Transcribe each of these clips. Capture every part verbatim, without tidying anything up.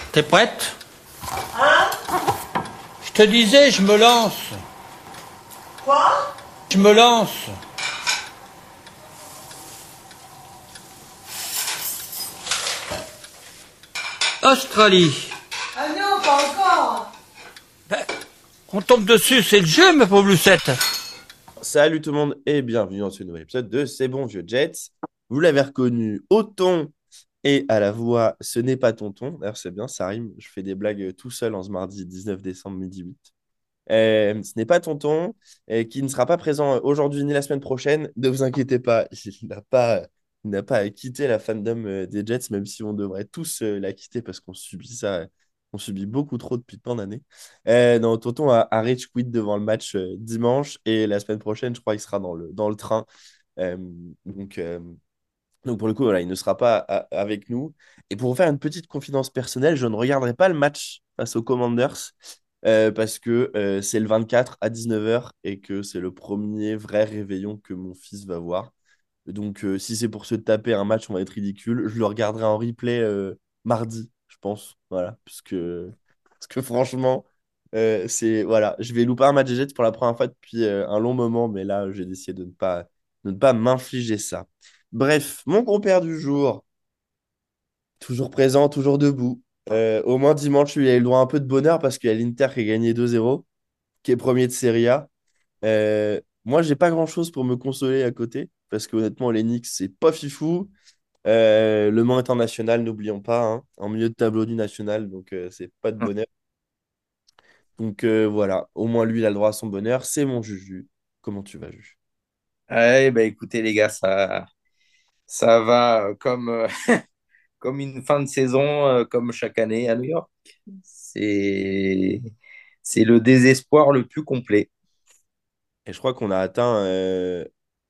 T'es prête? Hein? Je te disais, je me lance. Quoi? Je me lance. Australie. Ah non, pas encore. Ben, on tombe dessus, c'est le jeu, ma pauvre Lucette. Salut tout le monde et bienvenue dans ce nouvel épisode de C'est bon vieux Jets. Vous l'avez reconnu au ton et à la voix, ce n'est pas tonton. D'ailleurs, c'est bien, ça rime. Je fais des blagues tout seul en ce mardi dix-neuf décembre midi huit. Euh, ce n'est pas tonton euh, qui ne sera pas présent aujourd'hui ni la semaine prochaine. Ne vous inquiétez pas, il n'a pas, il n'a pas quitté la fandom euh, des Jets, même si on devrait tous euh, la quitter parce qu'on subit ça, on subit beaucoup trop depuis tant d'années. Euh, non, tonton a, a rage quit devant le match euh, dimanche et la semaine prochaine, je crois qu'il sera dans le, dans le train. Euh, donc, euh, donc pour le coup, voilà, il ne sera pas a- avec nous. Et pour vous faire une petite confidence personnelle, je ne regarderai pas le match face aux Commanders euh, parce que euh, c'est le vingt-quatre à dix-neuf heures et que c'est le premier vrai réveillon que mon fils va voir. Donc euh, si c'est pour se taper un match, on va être ridicule. Je le regarderai en replay euh, mardi, je pense. Voilà, parce que, parce que franchement, euh, c'est voilà, je vais louper un match des Jets pour la première fois depuis euh, un long moment, mais là, j'ai décidé de ne pas, de ne pas m'infliger ça. Bref, mon compère du jour, toujours présent, toujours debout. Euh, au moins dimanche, il a eu le droit à un peu de bonheur parce qu'il y a l'Inter qui a gagné deux zéro, qui est premier de Serie A. Euh, moi, j'ai pas grand-chose pour me consoler à côté parce que honnêtement, les Knicks, c'est pas fifou. Euh, le Mans international, n'oublions pas, hein, en milieu de tableau du national, donc euh, c'est pas de bonheur. Donc euh, voilà, au moins lui, il a le droit à son bonheur. C'est mon Juju. Comment tu vas, Juju? Ouais, bah écoutez les gars, ça, ça va euh, comme, euh, comme une fin de saison, euh, comme chaque année à New York. C'est, c'est le désespoir le plus complet. Et je crois qu'on a atteint euh,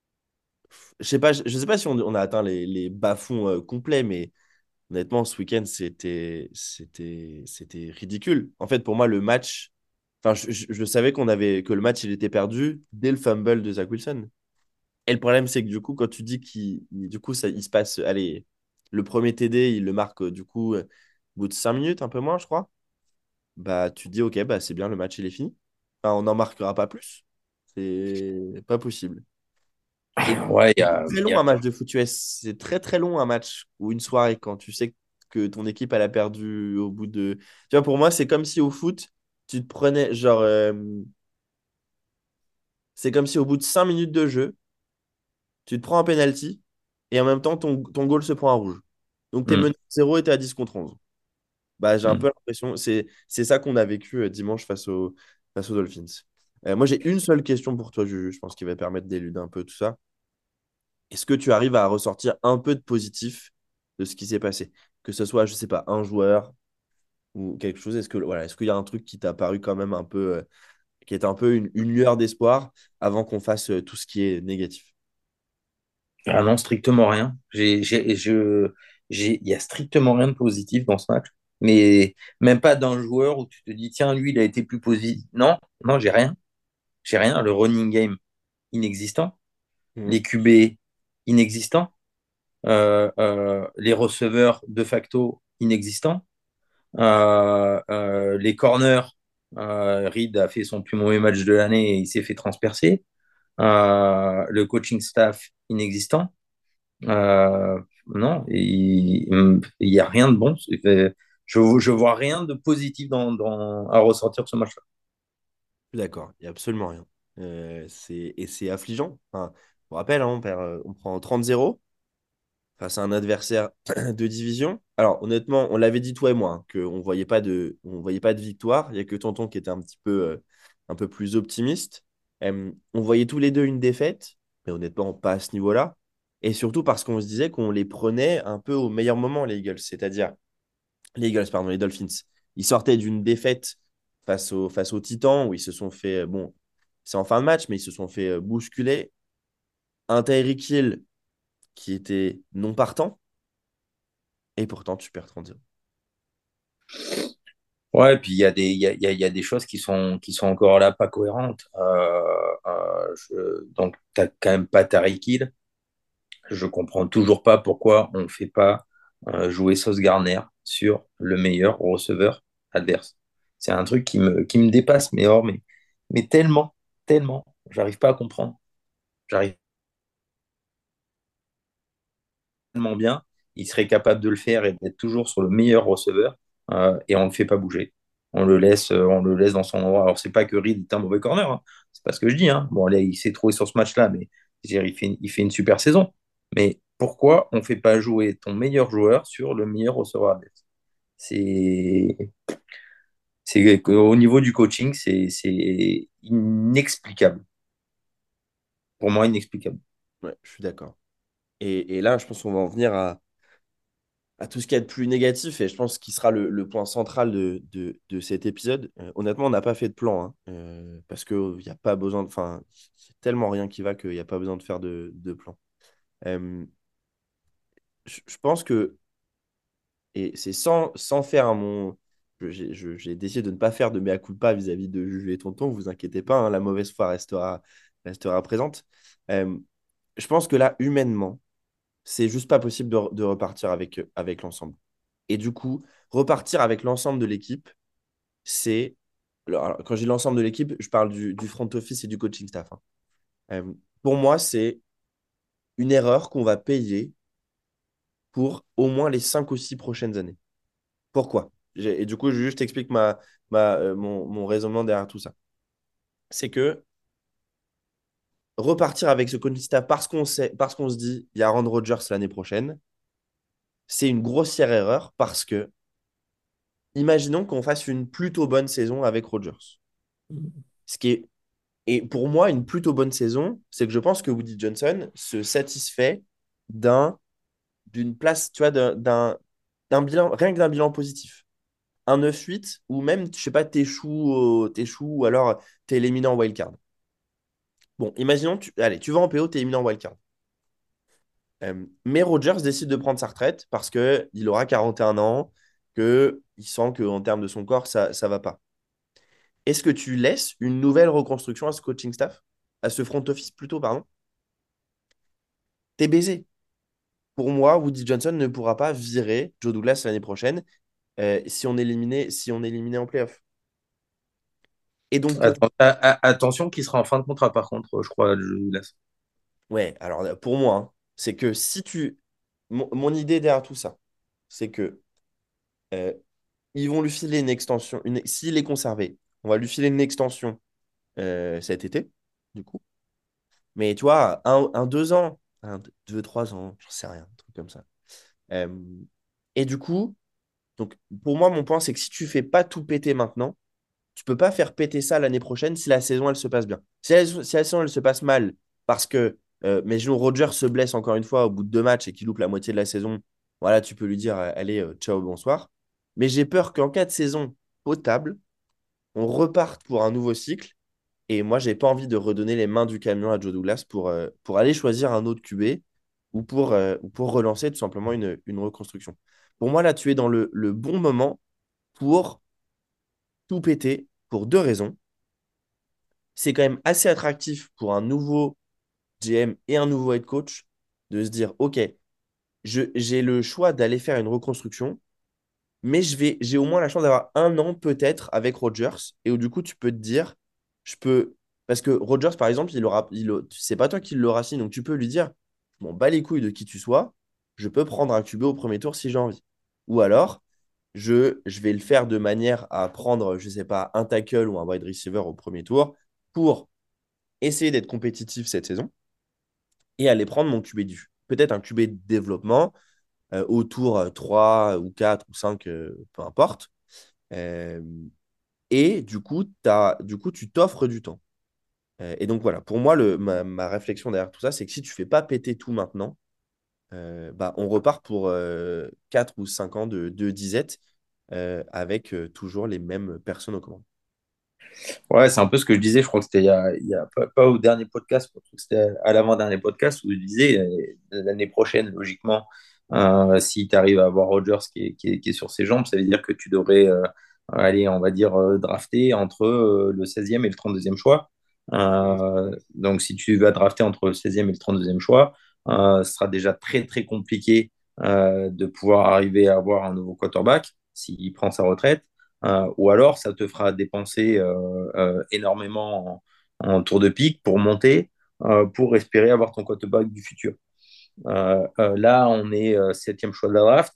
je sais pas, je je sais pas si on, on a atteint les, les bas-fonds euh, complets, mais honnêtement, ce week-end, c'était, c'était, c'était ridicule. En fait, pour moi, le match, enfin, je, je- je savais qu'on avait, que le match, il était perdu dès le fumble de Zach Wilson. Et le problème, c'est que du coup, quand tu dis qu'il, il- du coup, ça, il se passe, allez, le premier T D, il le marque, euh, du coup, euh, au bout de cinq minutes, un peu moins, je crois. Bah, tu te dis, ok, bah, c'est bien, le match, il est fini. Enfin, on n'en marquera pas plus. C'est pas possible. Et Ouais, il y c'est a, très il y long a- un match de foot U S. C'est très très long un match ou une soirée quand tu sais que ton équipe elle a perdu au bout de. Tu vois, pour moi, c'est comme si au foot, tu te prenais genre. euh, c'est comme si au bout de cinq minutes de jeu, tu te prends un penalty et en même temps ton, ton goal se prend un rouge. Donc tu es Hmm, mené zéro et tu es à dix contre onze. Bah, j'ai un hmm. peu l'impression. C'est c'est ça qu'on a vécu euh, dimanche face, au, face aux Dolphins. Euh, moi, j'ai une seule question pour toi, Juju. Je pense qu'il va permettre d'éluder un peu tout ça. Est-ce que tu arrives à ressortir un peu de positif de ce qui s'est passé? Que ce soit, je sais pas, un joueur ou quelque chose. Est-ce que voilà, est-ce qu'il y a un truc qui t'a paru quand même un peu, euh, qui est un peu une, une lueur d'espoir avant qu'on fasse euh, tout ce qui est négatif? Ah non, strictement rien. J'ai, j'ai, je, j'ai, il y a strictement rien de positif dans ce match. Mais même pas d'un joueur où tu te dis, tiens, lui, il a été plus positif. Non, non, j'ai rien. J'ai rien. Le running game inexistant. Mhm. Les Q B inexistants. Euh, euh, les receveurs de facto inexistants. Euh, euh, les corners, euh, Reed a fait son plus mauvais match de l'année et il s'est fait transpercer. Euh, le coaching staff inexistant. Euh, non, il n'y a rien de bon. Je, je vois rien de positif dans, dans- à ressortir de ce match-là. Je suis d'accord, il n'y a absolument rien. Euh, c'est, et c'est affligeant. Enfin, on rappelle, hein, on perd, euh, on prend trente zéro face à un adversaire de division. Alors, honnêtement, on l'avait dit toi et moi, hein, qu'on ne voyait pas de, on voyait pas de victoire. Il n'y a que Tonton qui était un petit peu, euh, un peu plus optimiste. Euh, on voyait tous les deux une défaite, mais honnêtement, pas à ce niveau-là. Et surtout parce qu'on se disait qu'on les prenait un peu au meilleur moment, les Eagles. C'est-à-dire, les Eagles, pardon, les Dolphins. Ils sortaient d'une défaite face, au, face aux Titans, où ils se sont fait, euh, bon, c'est en fin de match, mais ils se sont fait euh, bousculer. Un Tyreek Hill qui était non partant. Et pourtant, tu perds trente zéro. Ouais, puis il y a des, il y a, il y a- il y a des choses qui sont, qui sont encore là pas cohérentes. Euh, euh, je- donc, tu n'as quand même pas Tariq Hill. Je comprends toujours pas pourquoi on fait pas. euh, jouer Sauce Gardner sur le meilleur receveur adverse. C'est un truc qui me, qui me dépasse, mais, or, mais, mais tellement, tellement, j'arrive pas à comprendre. J'arrive tellement bien, il serait capable de le faire et d'être toujours sur le meilleur receveur, euh, et on ne le fait pas bouger. On le laisse, euh, on le laisse dans son endroit. Alors, c'est pas que Reed est un mauvais corner, hein. C'est pas ce que je dis, hein. Bon, là, il s'est trouvé sur ce match-là, mais je veux dire, il fait, il fait une super saison. Mais pourquoi on ne fait pas jouer ton meilleur joueur sur le meilleur receveur adverse? C'est, c'est au niveau du coaching, c'est, c'est inexplicable. Pour moi, inexplicable. Ouais, je suis d'accord. Et, et là, je pense qu'on va en venir à, à tout ce qu'il y a de plus négatif, et je pense qu'il sera le, le point central de, de, de cet épisode. Euh, honnêtement, on n'a pas fait de plan, hein, euh, parce qu'il n'y a pas besoin de... Enfin, c'est tellement rien qui va qu'il n'y a pas besoin de faire de, de plan. Euh, je, je pense que, et c'est sans, sans faire un mon... je- J'ai je- j'ai décidé de ne pas faire de mea culpa vis-à-vis de Juju et Tonton, vous inquiétez pas, hein, la mauvaise foi restera, restera présente. Euh, je pense que là, humainement, c'est juste pas possible de, de repartir avec, avec l'ensemble. Et du coup, repartir avec l'ensemble de l'équipe, c'est. Alors, alors, quand je dis l'ensemble de l'équipe, je parle du, du front office et du coaching staff, hein. Euh, pour moi, c'est une erreur qu'on va payer pour au moins les cinq ou six prochaines années. Pourquoi? J'ai- Et du coup, je juste explique ma, ma, euh, mon, mon raisonnement derrière tout ça. C'est que repartir avec ce coaching staff parce qu'on sait, parce qu'on se dit il y a Aaron Rodgers l'année prochaine, c'est une grossière erreur parce que imaginons qu'on fasse une plutôt bonne saison avec Rodgers. Ce qui est, et pour moi, une plutôt bonne saison, c'est que je pense que Woody Johnson se satisfait d'un, d'une place, tu vois, d'un, d'un d'un bilan, rien que d'un bilan positif. Un neuf huit ou même, je sais pas, t'échoues, au- t'échoues ou alors t'es éliminé en wildcard. Bon, imaginons, tu, allez, tu vas en P O, t'es éliminé en wildcard. Euh, mais Rodgers décide de prendre sa retraite parce qu'il aura quarante et un ans, qu'il sent qu'en termes de son corps, ça ne va pas. Est-ce que tu laisses une nouvelle reconstruction à ce coaching staff, à ce front office plutôt, pardon? T'es baisé. Pour moi, Woody Johnson ne pourra pas virer Joe Douglas l'année prochaine euh, si on est éliminé, si on est éliminé en playoff. Et donc, pour... Atten- a- a- attention, qui sera en fin de contrat, par contre, je crois, je vous laisse. Ouais, alors euh, pour moi, hein, c'est que si tu... Mon, mon idée derrière tout ça, c'est que euh, ils vont lui filer une extension. Une... S'il est conservé, on va lui filer une extension euh, cet été, du coup. Mais tu vois, un, un deux ans, un, deux, trois ans, j'en sais rien, un truc comme ça. Euh, et du coup, donc pour moi, mon point, c'est que si tu fais pas tout péter maintenant, tu peux pas faire péter ça l'année prochaine si la saison, elle se passe bien. Si la, si la saison, elle se passe mal, parce que, euh, mais Joe Roger se blesse encore une fois au bout de deux matchs et qu'il loupe la moitié de la saison, voilà, tu peux lui dire, euh, allez, euh, ciao, bonsoir. Mais j'ai peur qu'en cas de saison potable, on reparte pour un nouveau cycle. Et moi, j'ai pas envie de redonner les mains du camion à Joe Douglas pour, euh, pour aller choisir un autre Q B ou pour, euh, ou pour relancer tout simplement une, une reconstruction. Pour moi, là, tu es dans le, le bon moment pour tout péter pour deux raisons. C'est quand même assez attractif pour un nouveau G M et un nouveau head coach de se dire, OK, je, j'ai le choix d'aller faire une reconstruction, mais je vais, j'ai au moins la chance d'avoir un an peut-être avec Rodgers. Et où du coup, tu peux te dire, je peux. Parce que Rodgers, par exemple, il aura, il, c'est pas toi qui l'aura signé, donc tu peux lui dire, je m'en bats les couilles de qui tu sois, je peux prendre un Q B au premier tour si j'ai envie. Ou alors, je, je vais le faire de manière à prendre, je sais pas, un tackle ou un wide receiver au premier tour pour essayer d'être compétitif cette saison et aller prendre mon Q B du. Peut-être un Q B de développement euh, au tour euh, trois ou quatre ou cinq, euh, peu importe. Euh, et du coup, t'as, du coup, tu t'offres du temps. Euh, et donc voilà, pour moi, le, ma, ma réflexion derrière tout ça, c'est que si tu fais pas péter tout maintenant, euh, bah, on repart pour euh, quatre ou cinq ans de, de disette euh, avec euh, toujours les mêmes personnes aux commandes. Ouais, c'est un peu ce que je disais, je crois que c'était il y a, il y a pas, pas au dernier podcast, je crois que c'était à l'avant-dernier podcast où je disais euh, l'année prochaine, logiquement, euh, si tu arrives à avoir Rodgers qui est, qui est, qui est sur ses jambes, ça veut dire que tu devrais euh, aller, on va dire, euh, drafter entre euh, le seizième et le trente-deuxième choix. Euh, donc, si tu vas drafter entre le seizième et le trente-deuxième choix, euh, ce sera déjà très, très compliqué euh, de pouvoir arriver à avoir un nouveau quarterback s'il prend sa retraite, euh, ou alors ça te fera dépenser euh, euh, énormément en, en tour de pique pour monter, euh, pour espérer avoir ton quarterback du futur. Euh, euh, là, on est euh, septième choix de la draft.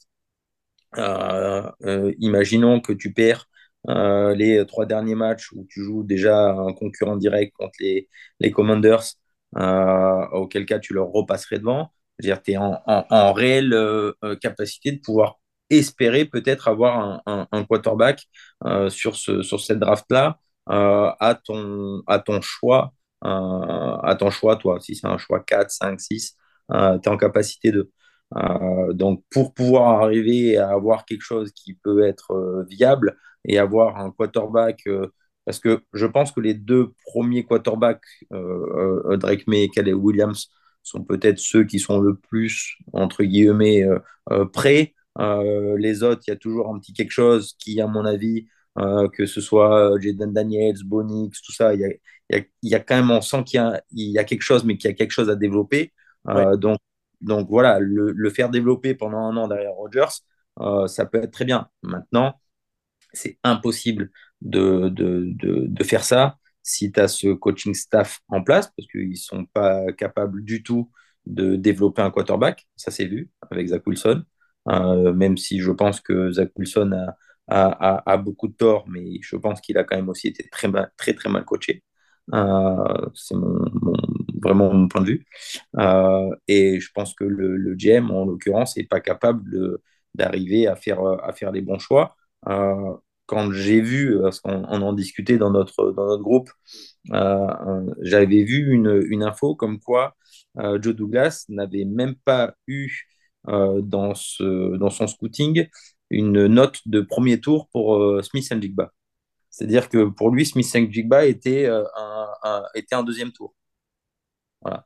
Euh, euh, imaginons que tu perds euh, les trois derniers matchs où tu joues déjà un concurrent direct contre les, les Commanders, euh, auquel cas tu leur repasserais devant. C'est-à-dire que tu es en, en, en réelle euh, euh, capacité de pouvoir espérer peut-être avoir un, un, un quarterback euh, sur, ce, sur cette draft-là euh, à, ton, à ton choix, euh, à ton choix, toi. Si c'est un choix quatre cinq six euh, tu es en capacité de. Euh, donc, pour pouvoir arriver à avoir quelque chose qui peut être euh, viable et avoir un quarterback, euh, parce que je pense que les deux premiers quarterbacks, euh, euh, Drake May et Caleb Williams, sont peut-être ceux qui sont le plus, entre guillemets, euh, euh, prêts. Euh, les autres, il y a toujours un petit quelque chose qui, à mon avis, euh, que ce soit Jaden Daniels, Bonix, tout ça, il y a, il y a, il y a quand même, on sent qu'il y a, il y a quelque chose, mais qu'il y a quelque chose à développer. Ouais. Euh, donc, donc voilà, le, le faire développer pendant un an derrière Rodgers, euh, ça peut être très bien. Maintenant, c'est impossible de, de, de, de faire ça si tu as ce coaching staff en place, parce qu'ils ne sont pas capables du tout de développer un quarterback. Ça s'est vu avec Zach Wilson, euh, même si je pense que Zach Wilson a, a, a, a beaucoup de tort, mais je pense qu'il a quand même aussi été très, mal, très, très mal coaché. Euh, c'est mon, mon, vraiment mon point de vue. Euh, et je pense que le, le G M, en l'occurrence, n'est pas capable de- d'arriver à faire, à faire les bons choix. Euh, Quand j'ai vu, parce qu'on on en discutait dans notre, dans notre groupe, euh, euh, j'avais vu une, une info comme quoi euh, Joe Douglas n'avait même pas eu euh, dans, ce, dans son scouting une note de premier tour pour euh, Smith and Jigba. C'est-à-dire que pour lui, Smith and Jigba était, euh, un, un- était un deuxième tour. Voilà.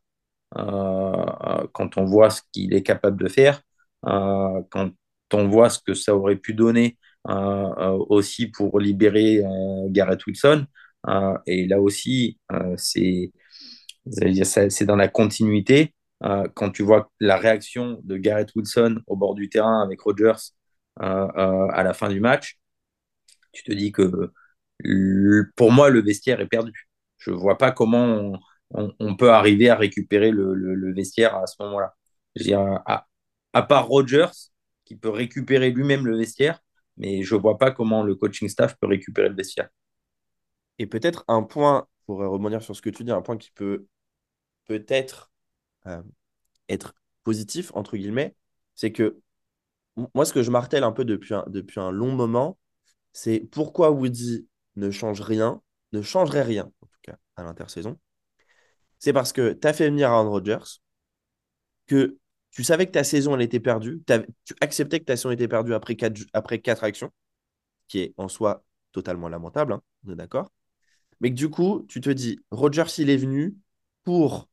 Euh, quand on voit ce qu'il est capable de faire, euh, quand on voit ce que ça aurait pu donner euh, euh, aussi pour libérer euh, Garrett Wilson, euh, et là aussi, euh, c'est c'est dans la continuité. Euh, quand tu vois la réaction de Garrett Wilson au bord du terrain avec Rodgers euh, euh, à la fin du match, tu te dis que le- pour moi, le vestiaire est perdu. Je ne vois pas comment on, on- on peut arriver à récupérer le, le- le vestiaire à ce moment-là. Je veux dire, à, à part Rodgers, qui peut récupérer lui-même le vestiaire, mais je ne vois pas comment le coaching staff peut récupérer le vestiaire. Et peut-être un point, pour euh, rebondir sur ce que tu dis, un point qui peut peut-être euh, être positif, entre guillemets, c'est que m- moi, ce que je martèle un peu depuis un, depuis un long moment, c'est pourquoi Woody ne change rien, ne changerait rien, en tout cas, à l'intersaison. C'est parce que tu as fait venir Aaron Rodgers, que tu savais que ta saison, elle était perdue, t'avais- tu acceptais que ta saison était perdue après quatre, ju- après quatre actions, qui est en soi totalement lamentable, hein, on est d'accord. Mais que du coup, tu te dis, Rodgers, il est venu pour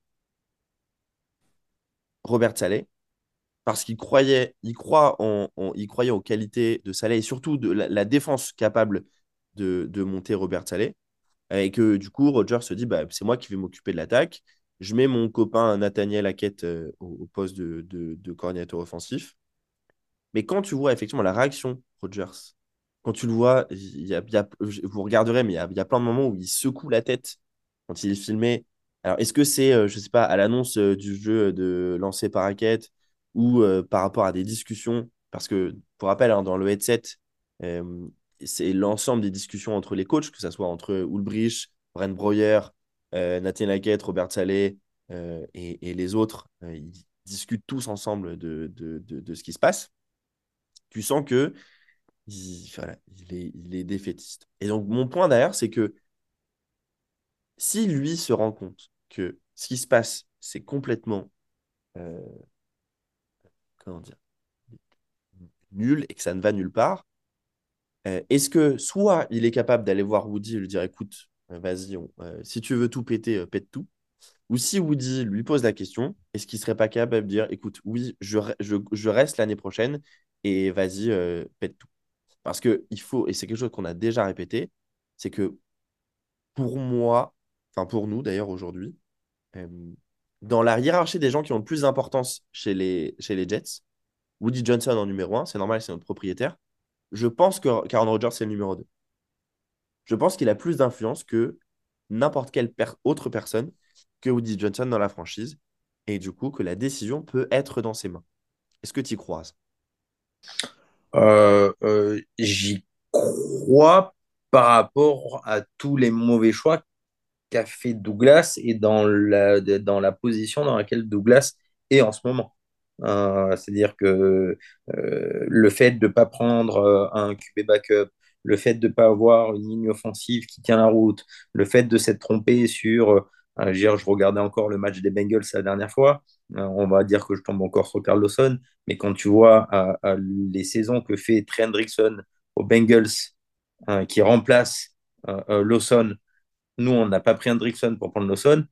Robert Saleh, parce qu'il croyait, il croit en, en- il croyait aux qualités de Saleh et surtout de la, la défense capable de, de monter Robert Saleh. Et que du coup, Rodgers se dit, bah, c'est moi qui vais m'occuper de l'attaque. Je mets mon copain Nathaniel Hackett euh, au, au poste de, de, de coordinateur offensif. Mais quand tu vois effectivement la réaction Rodgers, quand tu le vois, il y a, il y a- vous regarderez, mais il y a, il y a plein de moments où il secoue la tête quand il est filmé. Alors, est-ce que c'est, euh, je sais pas, à l'annonce euh, du jeu de lancer par raquette ou euh, par rapport à des discussions? Parce que, pour rappel, hein, dans le headset, euh, c'est l'ensemble des discussions entre les coachs, que ce soit entre Ulbrich, Brent Broyer, euh, Nathan Hackett, Robert Saleh euh, et, et les autres. Euh, ils discutent tous ensemble de, de, de, de ce qui se passe. Tu sens que il, voilà, il est, il est défaitiste. Et donc, mon point d'ailleurs, c'est que si lui se rend compte que ce qui se passe, c'est complètement, euh, comment dire, nul et que ça ne va nulle part, euh, est-ce que soit il est capable d'aller voir Woody et lui dire, écoute, euh, vas-y, on- euh, si tu veux tout péter, euh, pète tout, ou si Woody lui pose la question, est-ce qu'il serait pas capable de dire, écoute, oui, je, re- je, je reste l'année prochaine et vas-y, euh, pète tout. Parce que il faut, et c'est quelque chose qu'on a déjà répété, c'est que pour moi, enfin pour nous d'ailleurs aujourd'hui, euh, dans la hiérarchie des gens qui ont le plus d'importance chez les, chez les Jets, Woody Johnson en numéro un, c'est normal, c'est notre propriétaire. Je pense que qu'Aaron Rodgers, c'est le numéro deux. Je pense qu'il a plus d'influence que n'importe quelle per- autre personne que Woody Johnson dans la franchise. Et du coup, que la décision peut être dans ses mains. Est-ce que tu y crois à ça? Euh, euh, j'y crois par rapport à tous les mauvais choix qu'a fait Douglas et dans la, dans la position dans laquelle Douglas est en ce moment. Euh, c'est-à-dire que euh, le fait de ne pas prendre euh, un Q B backup, le fait de ne pas avoir une ligne offensive qui tient la route, le fait de s'être trompé sur, euh, je veux dire, je regardais encore le match des Bengals la dernière fois, euh, on va dire que je tombe encore sur Carl Lawson, mais quand tu vois euh, euh, les saisons que fait Trey Hendrickson aux Bengals, euh, qui remplace euh, euh, Lawson, nous, on n'a pas pris Hendrickson pour prendre Lawson.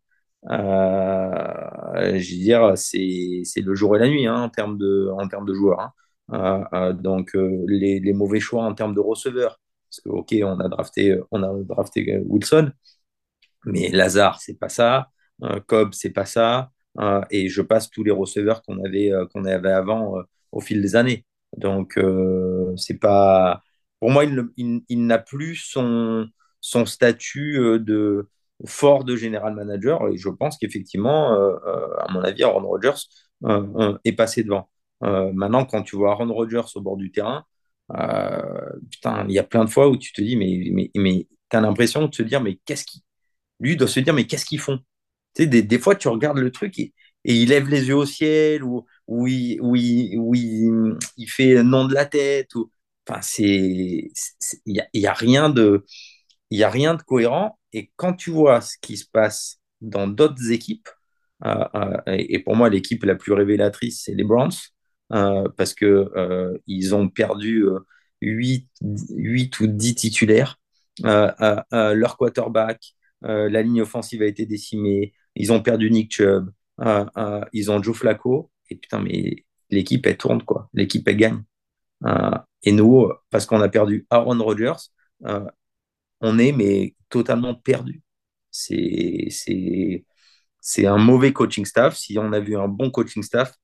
Euh, je veux dire, c'est, c'est le jour et la nuit hein, en termes de, en termes de joueurs. Hein. Euh, euh, donc, euh, les, les mauvais choix en termes de receveurs. Parce que, OK, on a drafté, on a drafté Wilson, mais Lazare, c'est pas ça. Euh, Cobb, c'est pas ça. Euh, et je passe tous les receveurs qu'on avait, euh, qu'on avait avant euh, au fil des années. Donc, euh, c'est pas. Pour moi, il, ne- il- il n'a plus son, son statut euh, de fort de général manager. Et je pense qu'effectivement, euh, euh, à mon avis, Aaron Rodgers euh, euh, est passé devant. Euh, maintenant, quand tu vois Aaron Rodgers au bord du terrain, euh, putain, il y a plein de fois où tu te dis, mais, mais, mais tu as l'impression de te dire, mais qu'est-ce qui lui doit se dire, mais qu'est-ce qu'ils font? Tu sais, des, des fois, tu regardes le truc et, et il lève les yeux au ciel ou, ou, il, ou, il, ou il, il fait non de la tête. Ou... Enfin, c'est, c'est- il n'y a, il y a rien de, il y a rien de cohérent. Et quand tu vois ce qui se passe dans d'autres équipes, euh, euh, et, et pour moi, l'équipe la plus révélatrice, c'est les Browns, euh, parce que euh, ils ont perdu euh, huit huit ou dix titulaires. Euh, euh, euh, leur quarterback, euh, la ligne offensive a été décimée. Ils ont perdu Nick Chubb. Euh, euh, ils ont Joe Flacco. Et putain, mais l'équipe, elle tourne, quoi. L'équipe, elle gagne. Euh, et nous, parce qu'on a perdu Aaron Rodgers, euh, on est mais totalement perdu. C'est, c'est, c'est un mauvais coaching staff. Si on a vu un bon coaching staff,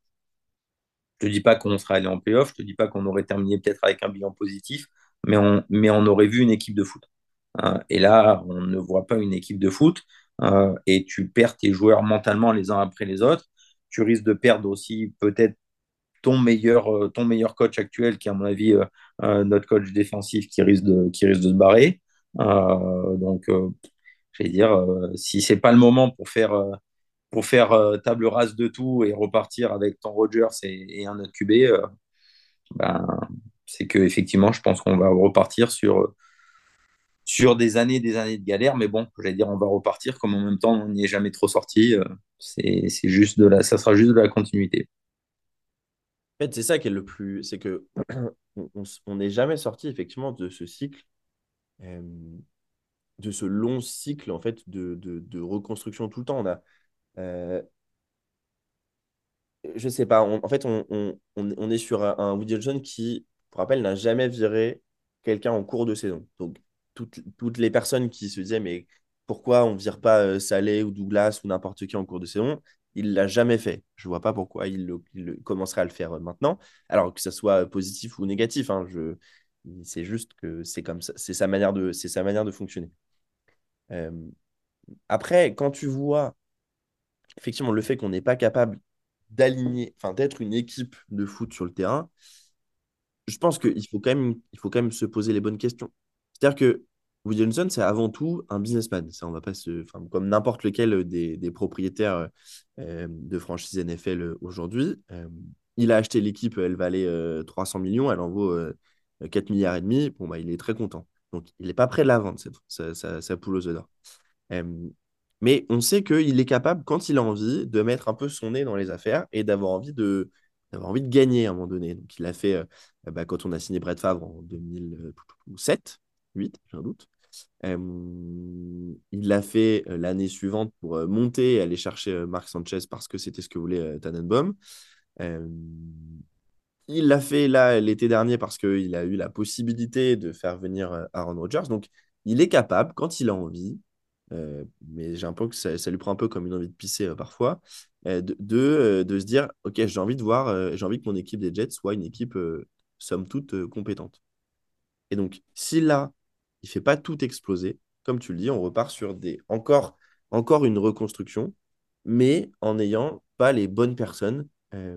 je ne te dis pas qu'on serait allé en playoff, je ne te dis pas qu'on aurait terminé peut-être avec un bilan positif, mais on, mais on aurait vu une équipe de foot. Euh, et là, on ne voit pas une équipe de foot euh, et tu perds tes joueurs mentalement les uns après les autres. Tu risques de perdre aussi peut-être ton meilleur, euh, ton meilleur coach actuel, qui est à mon avis euh, euh, notre coach défensif qui risque de, qui risque de se barrer. Euh, donc, euh, je vais dire, euh, si c'est pas le moment pour faire, euh, pour faire euh, table rase de tout et repartir avec ton Rodgers et, et un autre Q B, euh, ben, c'est que effectivement, je pense qu'on va repartir sur, sur des années et des années de galère. Mais bon, j'allais dire, on va repartir comme en même temps, on n'y est jamais trop sorti. Euh, c'est, c'est juste de la, ça sera juste de la continuité. En fait, c'est ça qui est le plus. C'est que on on s- on n'est jamais sorti effectivement de ce cycle, euh, de ce long cycle en fait de, de, de reconstruction tout le temps. On a, euh, je sais pas, on- en fait, on, on, on on est sur un, un Woody Johnson qui, pour rappel, n'a jamais viré quelqu'un en cours de saison. Donc, toutes, toutes les personnes qui se disaient, mais pourquoi on ne vire pas euh, Saleh ou Douglas ou n'importe qui en cours de saison, il l'a jamais fait. Je vois pas pourquoi il, le- il le- commencerait à le faire euh, maintenant, alors que ce soit positif ou négatif. Hein, je, c'est juste que c'est comme ça, c'est sa manière de, c'est sa manière de fonctionner. Euh, Après, quand tu vois effectivement le fait qu'on n'est pas capable d'aligner, enfin d'être une équipe de foot sur le terrain, je pense qu'il faut quand même, il faut quand même se poser les bonnes questions. C'est-à-dire que Woody Johnson, c'est avant tout un businessman. Ça, on va pas se, enfin, comme n'importe lequel des, des propriétaires euh, de franchise N F L aujourd'hui. Euh, il a acheté l'équipe, elle valait euh, trois cents millions, elle en vaut euh, quatre milliards et demi. Bon, bah, il est très content. Donc, il n'est pas prêt de la vendre, cette, sa, sa, sa poule aux œufs d'or. Euh, mais on sait qu'il est capable, quand il a envie, de mettre un peu son nez dans les affaires et d'avoir envie de, d'avoir envie de gagner à un moment donné. Donc, il l'a fait euh, bah, quand on a signé Brett Favre en deux mille sept, huit, j'ai un doute. Euh, il l'a fait euh, l'année suivante pour euh, monter et aller chercher euh, Marc Sanchez parce que c'était ce que voulait euh, Tannenbaum. Euh, il l'a fait là l'été dernier parce qu'il a eu la possibilité de faire venir euh, Aaron Rodgers. Donc, il est capable, quand il a envie, euh, mais j'ai un peu que ça, ça lui prend un peu comme une envie de pisser euh, parfois, euh, de, de, euh, de se dire, OK, j'ai envie de voir, euh, j'ai envie que mon équipe des Jets soit une équipe, euh, somme toute, euh, compétente. Et donc, si là, il fait pas tout exploser, comme tu le dis, on repart sur des, encore, encore une reconstruction, mais en n'ayant pas les bonnes personnes euh,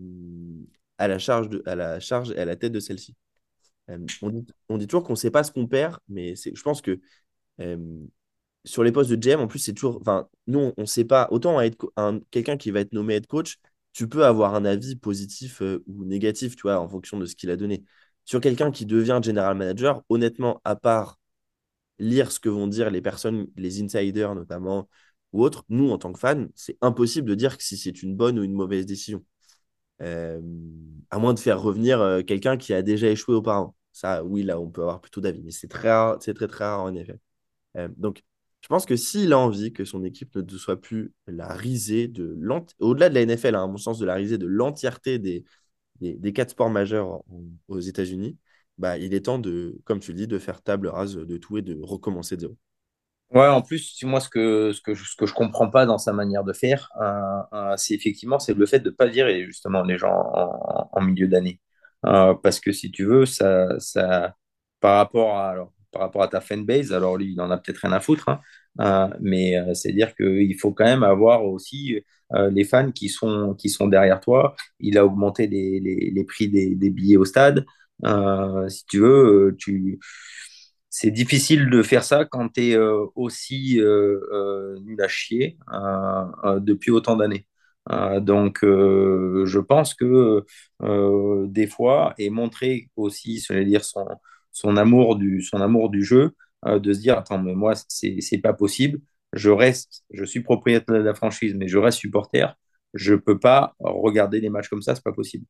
à la charge de, à la charge et à la tête de celle-ci. Euh, on dit, on dit toujours qu'on ne sait pas ce qu'on perd, mais c'est, je pense que euh, sur les postes de G M, en plus, c'est toujours. Enfin, nous, on ne sait pas. Autant un head co- un- quelqu'un qui va être nommé head coach, tu peux avoir un avis positif euh, ou négatif, tu vois, en fonction de ce qu'il a donné. Sur quelqu'un qui devient general manager, honnêtement, à part lire ce que vont dire les personnes, les insiders notamment, ou autres, nous, en tant que fans, c'est impossible de dire que si c'est une bonne ou une mauvaise décision. Euh, à moins de faire revenir euh, quelqu'un qui a déjà échoué auparavant. Ça, oui, là, on peut avoir plutôt d'avis, mais c'est très rare, c'est très, très rare en effet. Euh, donc, je pense que s'il a envie que son équipe ne soit plus la risée de l'ent- au-delà de la N F L, hein, à mon sens, de la risée de l'entièreté des, des, des quatre sports majeurs en- aux États-Unis, bah, il est temps de, comme tu le dis, de faire table rase de tout et de recommencer de zéro. Ouais, en plus, moi, ce que, ce que, je- ce que je comprends pas dans sa manière de faire, euh, euh, c'est effectivement c'est le fait de pas virer justement les gens en, en milieu d'année. Euh, parce que si tu veux, ça, ça, par rapport à, alors, par rapport à ta fanbase, alors lui, il en a peut-être rien à foutre, hein, euh, mais euh, c'est-à-dire qu'il faut quand même avoir aussi euh, les fans qui sont, qui sont derrière toi. Il a augmenté les, les, les prix des, des billets au stade. Euh, si tu veux, euh, tu c'est difficile de faire ça quand tu es euh, aussi euh, euh, nul à chier euh, euh, depuis autant d'années. Euh, donc, euh, je pense que euh, des fois, et montrer aussi, je vais dire, son, son amour du, son amour du jeu, euh, de se dire, attends, mais moi, c'est, c'est pas possible. Je reste, je suis propriétaire de la franchise, mais je reste supporter. Je peux pas regarder les matchs comme ça, c'est pas possible.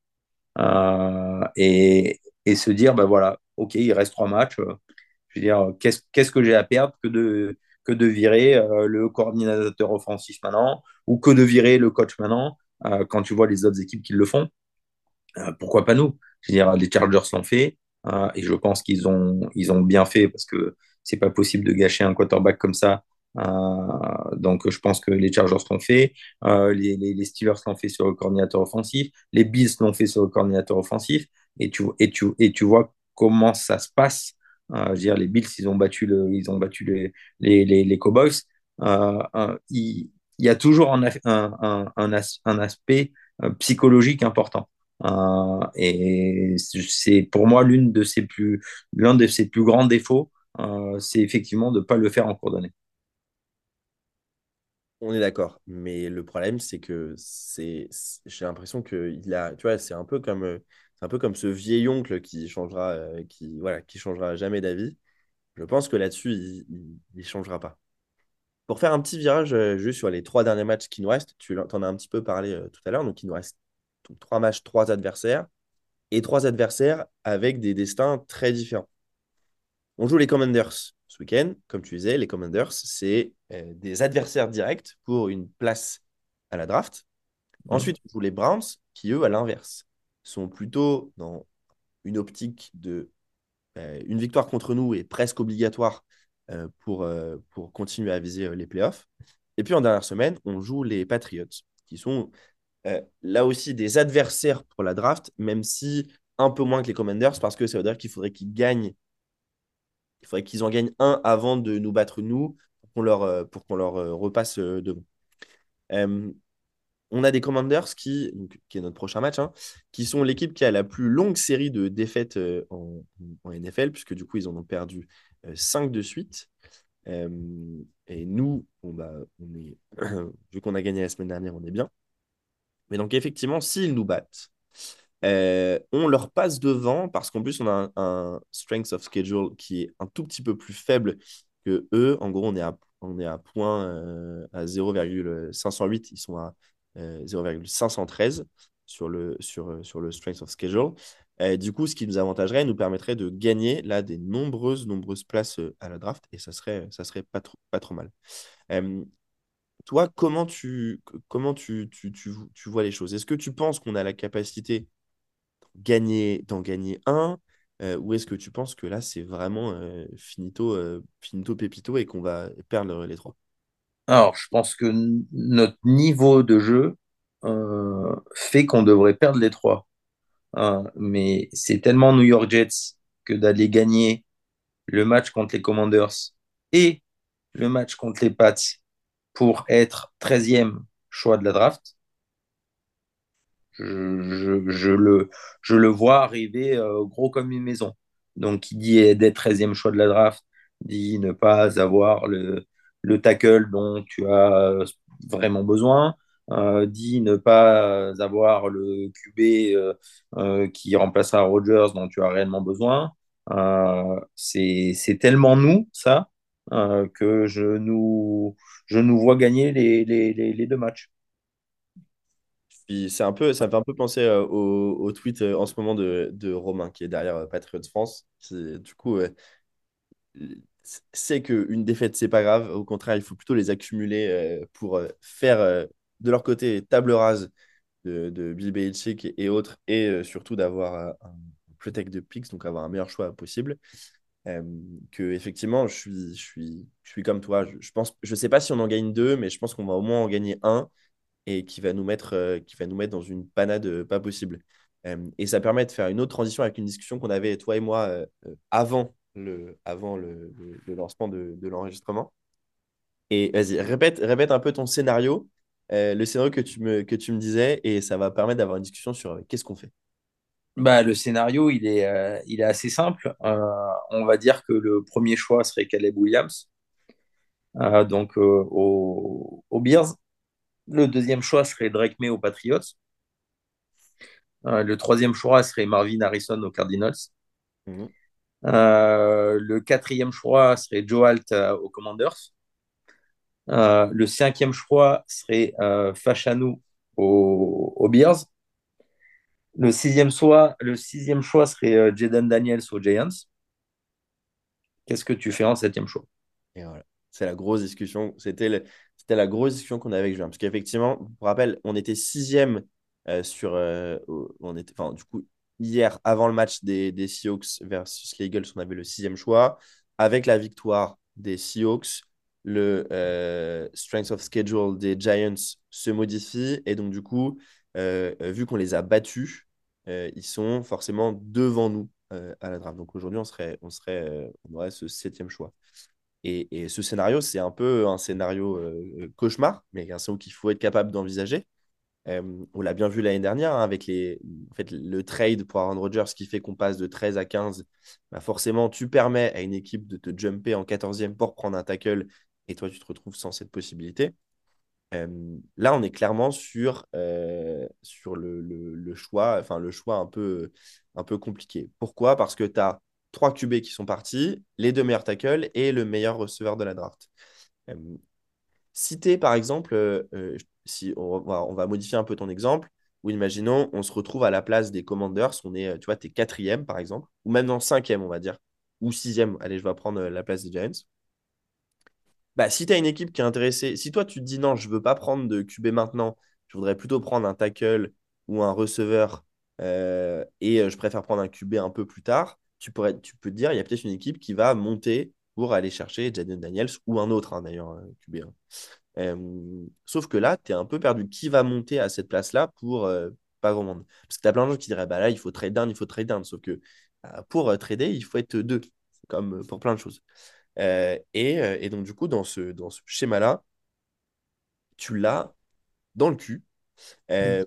Euh, et, et se dire, bah voilà, ok, il reste trois matchs. Je veux dire, qu'est-ce qu'est-ce que j'ai à perdre que de, que de virer euh, le coordinateur offensif maintenant ou que de virer le coach maintenant euh, quand tu vois les autres équipes qui le font. Euh, pourquoi pas nous? Je veux dire, les Chargers l'ont fait euh, et je pense qu'ils ont, ils ont bien fait parce que c'est pas possible de gâcher un quarterback comme ça. Euh, donc, je pense que les Chargers l'ont fait, euh, les, les, les Steelers l'ont fait sur le coordinateur offensif, les Bills l'ont fait sur le coordinateur offensif, et tu, et tu, et tu vois comment ça se passe. Euh, je veux dire, les Bills, ils ont battu, le, ils ont battu les, les, les, les Cowboys. Euh, euh, il, il y a toujours un, un, un, un, as- un aspect euh, psychologique important. Euh, et c'est pour moi l'une de ses plus, l'un de ses plus grands défauts, euh, c'est effectivement de ne pas le faire en cours d'année. On est d'accord, mais le problème, c'est que c'est, c'est- j'ai l'impression que il a, tu vois, c'est un peu comme, euh, c'est un peu comme ce vieil oncle qui changera, euh, qui, voilà, qui changera jamais d'avis. Je pense que là-dessus, il, il, il changera pas. Pour faire un petit virage euh, juste sur les trois derniers matchs qui nous restent, tu en as un petit peu parlé euh, tout à l'heure, donc il nous reste donc, trois matchs, trois adversaires, et trois adversaires avec des destins très différents. On joue les Commanders ce week-end, comme tu disais, les Commanders, c'est euh, des adversaires directs pour une place à la draft. Mhm. Ensuite, on joue les Browns, qui eux, à l'inverse, sont plutôt dans une optique de euh, une victoire contre nous est presque obligatoire euh, pour, euh, pour continuer à viser euh, les playoffs. Et puis en dernière semaine, on joue les Patriots, qui sont euh, là aussi des adversaires pour la draft, même si un peu moins que les Commanders, parce que ça veut dire qu'il faudrait qu'ils gagnent, il faudrait qu'ils en gagnent un avant de nous battre nous, pour qu'on leur, euh, pour qu'on leur euh, repasse euh, devant. Euh, on a des Commanders qui, donc, qui est notre prochain match, hein, qui sont l'équipe qui a la plus longue série de défaites euh, en, en N F L, puisque du coup, ils en ont perdu euh, cinq de suite. Euh, et nous, bon, bah, on est, vu qu'on a gagné la semaine dernière, on est bien. Mais donc, effectivement, s'ils nous battent, euh, on leur passe devant parce qu'en plus, on a un, un strength of schedule qui est un tout petit peu plus faible que eux. En gros, on est à, on est à point euh, à zéro virgule cinq cent huit, ils sont à euh, zéro virgule cinq cent treize sur le, sur, euh, sur le strength of schedule. Euh, du coup, ce qui nous avantagerait, nous permettrait de gagner là des nombreuses, nombreuses places euh, à la draft et ça serait, ça serait pas trop, pas trop mal. Euh, Toi, comment tu, comment tu, tu, tu, tu vois les choses? Est-ce que tu penses qu'on a la capacité gagner, d'en gagner un? Euh, ou est-ce que tu penses que là, c'est vraiment euh, finito, euh, finito pépito et qu'on va perdre les trois? Alors, je pense que n- notre niveau de jeu euh, fait qu'on devrait perdre les trois. Hein, mais c'est tellement New York Jets que d'aller gagner le match contre les Commanders et le match contre les Pats pour être treizième choix de la draft. Je, je- je le, je le vois arriver euh, gros comme une maison. Donc, qui dit d'être treizième choix de la draft, dit ne pas avoir le, le tackle dont tu as euh, vraiment besoin, euh, dit ne pas avoir le Q B euh, euh, qui remplacera Rodgers dont tu as réellement besoin. Euh, c'est, c'est tellement nous, ça, euh, que je nous, je nous vois gagner les, les, les, les deux matchs. Puis c'est un peu, ça me fait un peu penser euh, au, au tweet euh, en ce moment de, de Romain, qui est derrière euh, Patriots France, qui, du coup, euh, sait qu'une défaite, c'est pas grave. Au contraire, il faut plutôt les accumuler euh, pour euh, faire euh, de leur côté table rase de, de Bill Belichick et, et autres, et euh, surtout d'avoir euh, un protect de picks, donc avoir un meilleur choix possible. Euh, que effectivement, je suis, je suis, je suis comme toi. Je, je pense, je sais pas si on en gagne deux, mais je pense qu'on va au moins en gagner un et qui va nous mettre, euh, qui va nous mettre dans une panade euh, pas possible. Euh, et ça permet de faire une autre transition avec une discussion qu'on avait, toi et moi, euh, euh, avant le, avant le, le- le lancement de, de l'enregistrement. Et vas-y, répète, répète un peu ton scénario, euh, le scénario que tu me, que tu me disais, et ça va permettre d'avoir une discussion sur euh, qu'est-ce qu'on fait. Bah, le scénario, il est, euh, il est assez simple. Euh, on va dire que le premier choix serait Caleb Williams, euh, donc euh, au- aux Bears. Le deuxième choix serait Drake May aux Patriots. Euh, le troisième choix serait Marvin Harrison aux Cardinals. Mhm. Euh, le quatrième choix serait Joe Alt euh, aux Commanders. Euh, le cinquième choix serait euh, Fashanu aux, aux Bears. Le sixième choix, le sixième choix serait euh, Jaden Daniels aux Giants. Qu'est-ce que tu fais en septième choix? Et voilà. C'est la grosse discussion. C'était le- c'était la grosse discussion qu'on avait avec Julien. Parce qu'effectivement, pour rappel, on était sixième euh, sur. Euh, au- on était, enfin, du coup, hier, avant le match des, des Seahawks versus les Eagles, on avait le sixième choix. Avec la victoire des Seahawks, le euh, strength of schedule des Giants se modifie. Et donc, du coup, euh, euh, vu qu'on les a battus, euh, ils sont forcément devant nous euh, à la draft. Donc aujourd'hui, on serait, on serait, euh, on aurait ce septième choix. Et, et ce scénario, c'est un peu un scénario euh, cauchemar, mais un scénario qu'il faut être capable d'envisager. Euh, on l'a bien vu l'année dernière hein, avec les, en fait, le trade pour Aaron Rodgers qui fait qu'on passe de treize à quinze. Bah forcément, tu permets à une équipe de te jumper en quatorzième pour prendre un tackle et toi, tu te retrouves sans cette possibilité. Euh, là, on est clairement sur, euh, sur le, le- le choix, enfin le choix un peu, un peu compliqué. Pourquoi? Parce que tu as trois Q B qui sont partis, les deux meilleurs tackles et le meilleur receveur de la draft. Euh, si tu es, par exemple, euh, euh, si on va, on va modifier un peu ton exemple, ou imaginons, on se retrouve à la place des Commanders, on est, euh, tu vois, tu es quatrième, par exemple, ou même dans cinquième, on va dire, ou sixième. Allez, je vais prendre euh, la place des Giants. Bah, si tu as une équipe qui est intéressée, si toi tu te dis non, je veux pas prendre de Q B maintenant, je voudrais plutôt prendre un tackle ou un receveur euh, et euh, je préfère prendre un Q B un peu plus tard, tu pourrais, tu peux te dire, il y a peut-être une équipe qui va monter pour aller chercher Jaden Daniels ou un autre hein, d'ailleurs, euh, Q B. hein. Euh, sauf que là, tu es un peu perdu. Qui va monter à cette place-là pour euh, pas grand monde? Parce que tu as plein de gens qui diraient, bah là, il faut trade down, il faut trade down. Sauf que euh, pour euh, trader, il faut être deux, comme euh, pour plein de choses. Euh, et, euh, et donc, du coup, dans ce, dans ce schéma-là, tu l'as dans le cul. Euh,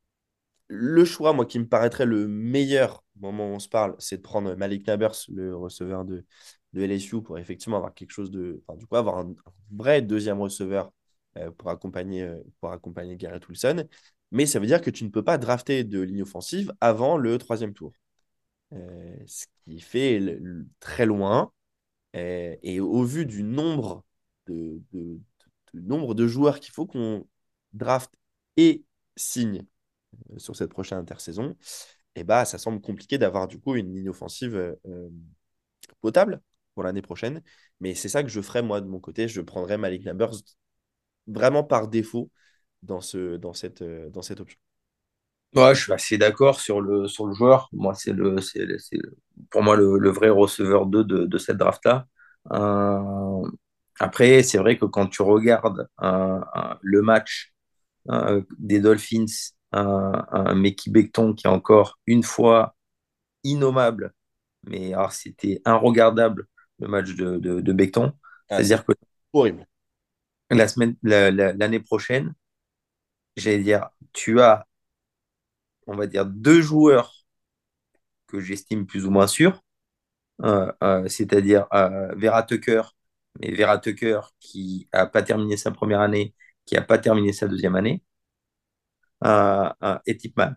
le choix, moi, qui me paraîtrait le meilleur au moment où on se parle, c'est de prendre Malik Nabers, le receveur de, de L S U, pour effectivement avoir quelque chose de. Enfin, du coup, avoir un, un vrai deuxième receveur euh, pour accompagner, euh, pour accompagner Garrett Wilson. Mais ça veut dire que tu ne peux pas drafter de ligne offensive avant le troisième tour. Euh, ce qui fait le- le- très loin. Euh, et au vu du nombre de, de- de- nombre de joueurs qu'il faut qu'on draft et signe euh, sur cette prochaine intersaison, et bah, ça semble compliqué d'avoir du coup une ligne offensive euh, euh, potable pour l'année prochaine. Mais c'est ça que je ferais moi de mon côté. Je prendrais Malik Nabers vraiment par défaut dans, ce, dans, cette, euh, dans cette option. Ouais, je suis assez d'accord sur le, sur le joueur. Moi, c'est le, c'est, le- c'est le- pour moi le, le vrai receveur deux de, de cette draft-là. Euh, Après, c'est vrai que quand tu regardes euh, euh, le match euh, des Dolphins, euh, un Mekhi Becton qui est encore une fois innommable, mais alors c'était inregardable le match de, de, de Becton. Ah, c'est C'est-à-dire que horrible. la semaine, la- la- l'année prochaine, j'allais dire, tu as, on va dire, deux joueurs que j'estime plus ou moins sûrs, euh, euh, c'est-à-dire euh, Vera Tucker, mais Vera Tucker qui n'a pas terminé sa première année, qui n'a pas terminé sa deuxième année, euh, euh, et Tipman.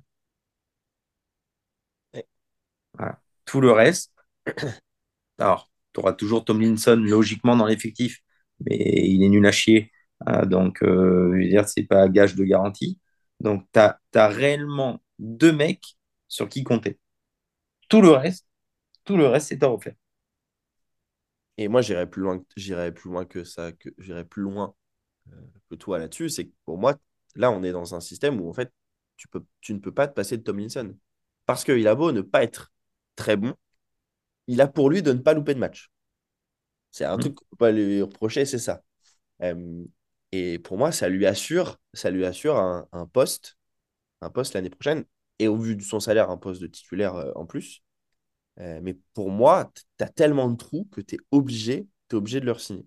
Ouais. Voilà. Tout le reste, alors, tu auras toujours Tomlinson logiquement dans l'effectif, mais il est nul à chier. Euh, donc, euh, je veux dire, c'est pas gage de garantie. Donc, tu as, réellement deux mecs sur qui compter. Tout le reste, tout le reste, c'est à refaire. Et moi, j'irais plus loin, que- j'irais plus loin que ça, que j'irais plus loin euh, que toi là-dessus. C'est que pour moi, là, on est dans un système où en fait, tu peux, tu ne peux pas te passer de Tomlinson. Parce qu'il a beau ne pas être très bon, il a pour lui de ne pas louper de match. C'est un Hmm. truc qu'on ne peut pas lui reprocher, c'est ça. Euh, et pour moi, ça lui assure, ça lui assure un, un poste, un poste l'année prochaine. Et au vu de son salaire, un poste de titulaire euh, en plus. Euh, mais pour moi, tu as tellement de trous que tu es obligé, t'es obligé de leur signer.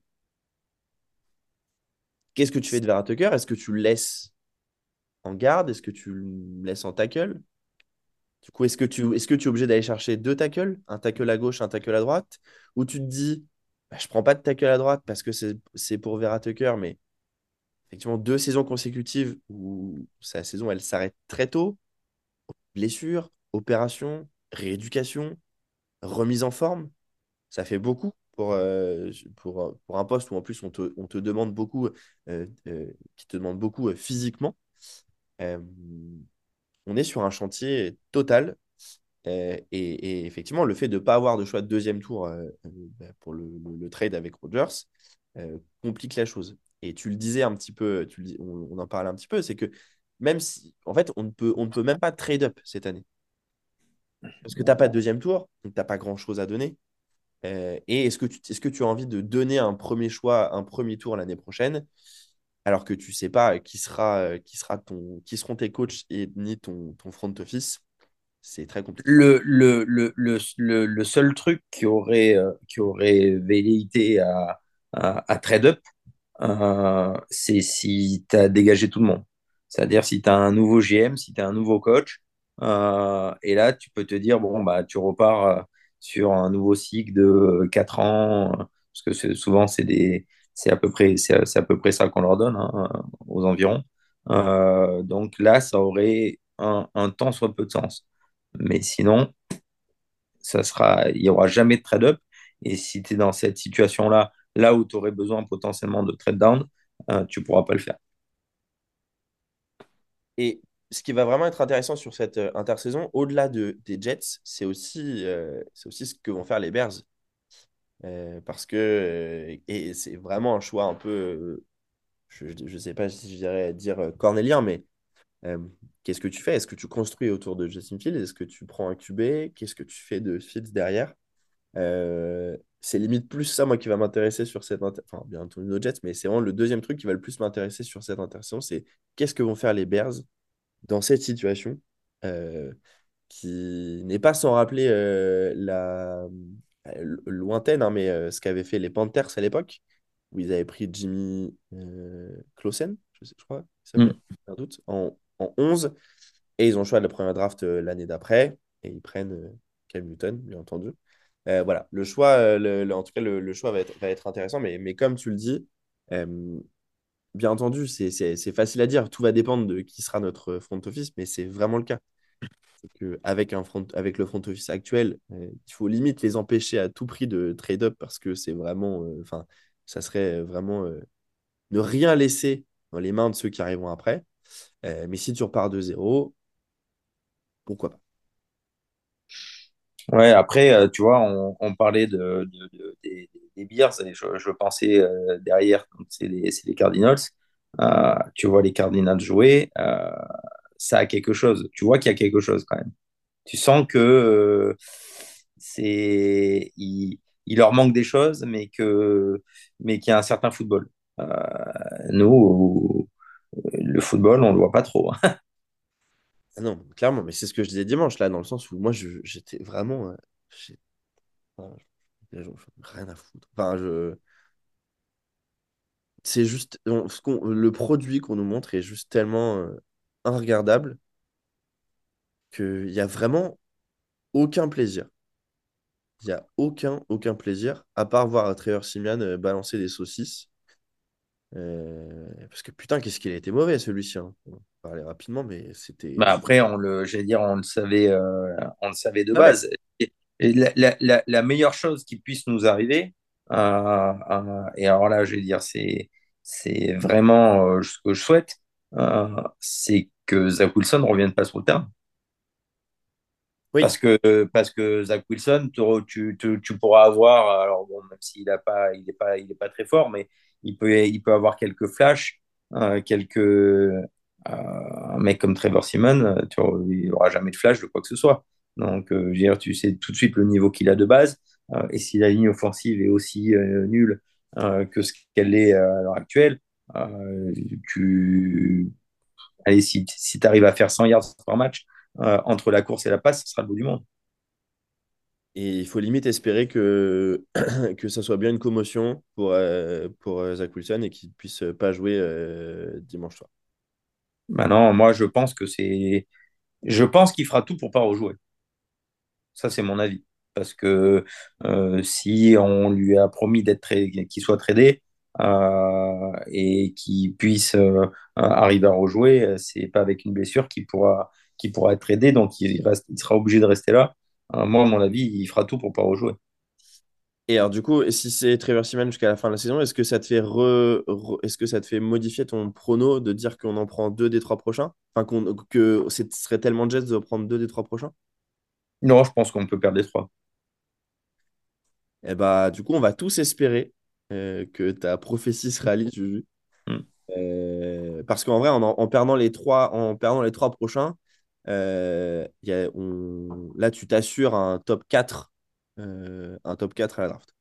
Qu'est-ce que tu fais de Vera Tucker? Est-ce que tu le laisses en garde? Est-ce que tu le laisses en tackle? Du coup, est-ce que tu, est-ce que tu es obligé d'aller chercher deux tackles, un tackle à gauche, un tackle à droite? Ou tu te dis, bah, je prends pas de tackle à droite parce que c'est c'est pour Vera Tucker, mais effectivement, deux saisons consécutives où sa saison, elle s'arrête très tôt. Blessure, opération, rééducation, remise en forme. Ça fait beaucoup pour, euh, pour, pour un poste où en plus on te, on te demande beaucoup, euh, euh, qui te demande beaucoup euh, physiquement. Euh, on est sur un chantier total. Euh, et, et effectivement, le fait de ne pas avoir de choix de deuxième tour euh, euh, bah, pour le, le- le trade avec Rodgers euh, complique la chose. Et tu le disais un petit peu, tu le dis- on, on en parlait un petit peu, c'est que même si, en fait, on ne peut, on ne peut même pas trade up cette année. Parce que tu n'as pas de deuxième tour, donc tu n'as pas grand-chose à donner. Euh, et est-ce que tu, est-ce que tu as envie de donner un premier choix, un premier tour l'année prochaine, alors que tu ne sais pas qui sera, euh, qui sera ton, qui seront tes coachs et ni ton, ton front office? C'est très compliqué. Le, le, le, le, le, le seul truc qui aurait, euh, qui aurait velléité à, à, à trade up, euh, c'est si tu as dégagé tout le monde. C'est-à-dire si tu as un nouveau G M, si tu as un nouveau coach, euh, et là, tu peux te dire, bon, bah, tu repars euh, sur un nouveau cycle de quatre ans, euh, parce que c'est- souvent, c'est des, c'est à peu près, c'est, c'est à peu près ça qu'on leur donne, hein, aux environs. Euh, donc là, ça aurait un, un tant soit peu de sens. Mais sinon, ça sera, il n'y aura jamais de trade-up. Et si tu es dans cette situation-là, là où tu aurais besoin potentiellement de trade down, euh, tu ne pourras pas le faire. Et ce qui va vraiment être intéressant sur cette euh, intersaison, au-delà de, des Jets, c'est aussi, euh, c'est aussi ce que vont faire les Bears. Euh, parce que euh, et c'est vraiment un choix un peu, euh, je ne sais pas si je dirais dire euh, cornélien, mais euh, qu'est-ce que tu fais? Est-ce que tu construis autour de Justin Fields? Est-ce que tu prends un Q B? Qu'est-ce que tu fais de Fields derrière? Euh, c'est limite plus ça, moi, qui va m'intéresser sur cette inter- enfin, bien entendu nos Jets, mais c'est vraiment le deuxième truc qui va le plus m'intéresser sur cette intersaison, c'est qu'est-ce que vont faire les Bears dans cette situation euh, qui n'est pas sans rappeler euh, la euh, lointaine, hein, mais euh, ce qu'avaient fait les Panthers à l'époque, où ils avaient pris Jimmy euh, Clausen, je, sais- je crois, il s'appelait, Mm. un doute, en, en onze, et ils ont le choix de la première draft euh, l'année d'après, et ils prennent euh, Cam Newton, bien entendu. Euh, voilà, le choix, euh, le- le- en tout cas, le, le choix va être, va être intéressant, mais, mais comme tu le dis, euh, bien entendu, c'est c'est- c'est facile à dire. Tout va dépendre de qui sera notre front office, mais c'est vraiment le cas. C'est que avec un front, avec le front office actuel, euh, il faut limite les empêcher à tout prix de trade up parce que c'est vraiment, euh, enfin, ça serait vraiment euh, ne rien laisser dans les mains de ceux qui arriveront après. Euh, mais si tu repars de zéro, pourquoi pas? Ouais, après, euh, tu vois, on, on parlait de, de- de- des, des Bears et je, je pensais euh, derrière, donc c'est les, c'est les Cardinals. Euh, tu vois les Cardinals jouer. Euh, ça a quelque chose. Tu vois qu'il y a quelque chose quand même. Tu sens que euh, c'est, il, il leur manque des choses, mais que, mais qu'il y a un certain football. Euh, nous, le football, on le voit pas trop, hein. Ah non, clairement, mais c'est ce que je disais dimanche, là, dans le sens où moi, je- j'étais vraiment. euh, j'ai- enfin, je- j'en ai rien à foutre. Enfin, je. C'est juste. on- ce qu'on- le produit qu'on nous montre est juste tellement euh, inregardable qu'il y a vraiment aucun plaisir. Il y a aucun, aucun plaisir, à part voir Trevor Simian euh, balancer des saucisses. Euh, parce que putain, qu'est-ce qu'il a été mauvais, celui-ci, hein. On va parler rapidement, mais c'était. Bah après, on le, j'allais dire, on le savait, euh, on le savait de Non, mais base. Et, et la, la- la- la meilleure chose qui puisse nous arriver, euh, euh, et alors là, je vais dire, c'est, c'est vraiment euh, ce que je souhaite, euh, c'est que Zach Wilson ne revienne pas sur le terrain. oui. Parce que, parce que Zach Wilson, tu, tu, tu- tu pourras avoir, alors bon, même s'il a pas, il n'est pas, il est pas très fort, mais il peut, il peut avoir quelques flashs, euh, quelques, euh, un mec comme Trevor Simeon, euh, tu vois, il n'aura jamais de flash de quoi que ce soit. Donc, euh, je veux dire, tu sais tout de suite le niveau qu'il a de base. Euh, et si la ligne offensive est aussi euh, nulle euh, que ce qu'elle est euh, à l'heure actuelle, euh, tu, allez, si, si tu arrives à faire cent yards par match, euh, entre la course et la passe, ce sera le bout du monde. Et il faut limite espérer que, que ça soit bien une commotion pour, euh, pour euh, Zach Wilson et qu'il puisse pas jouer euh, dimanche soir. Maintenant, moi, je pense que c'est. Je pense qu'il fera tout pour pas rejouer. Ça, c'est mon avis. Parce que euh, si on lui a promis d'être tra- qu'il soit tradé euh, et qu'il puisse euh, arriver à rejouer, euh, c'est pas avec une blessure qu'il pourra, qu'il pourra être tradé. Donc, il, reste, il sera obligé de rester là. Euh, moi, à mon avis, il fera tout pour pas rejouer. Et alors, du coup, si c'est Trevor Siemian jusqu'à la fin de la saison, est-ce que ça te fait re- re- est-ce que ça te fait modifier ton prono de dire qu'on en prend deux des trois prochains? Enfin, qu'on, que ce serait tellement Jets de prendre deux des trois prochains? Non, je pense qu'on peut perdre les trois. Et bah, du coup, on va tous espérer euh, que ta prophétie se réalise, Juju. Hmm. Euh, parce qu'en vrai, en, en perdant les trois, en perdant les trois prochains, euh, y a- on- là, tu t'assures un top quatre, euh, un top quatre à la draft.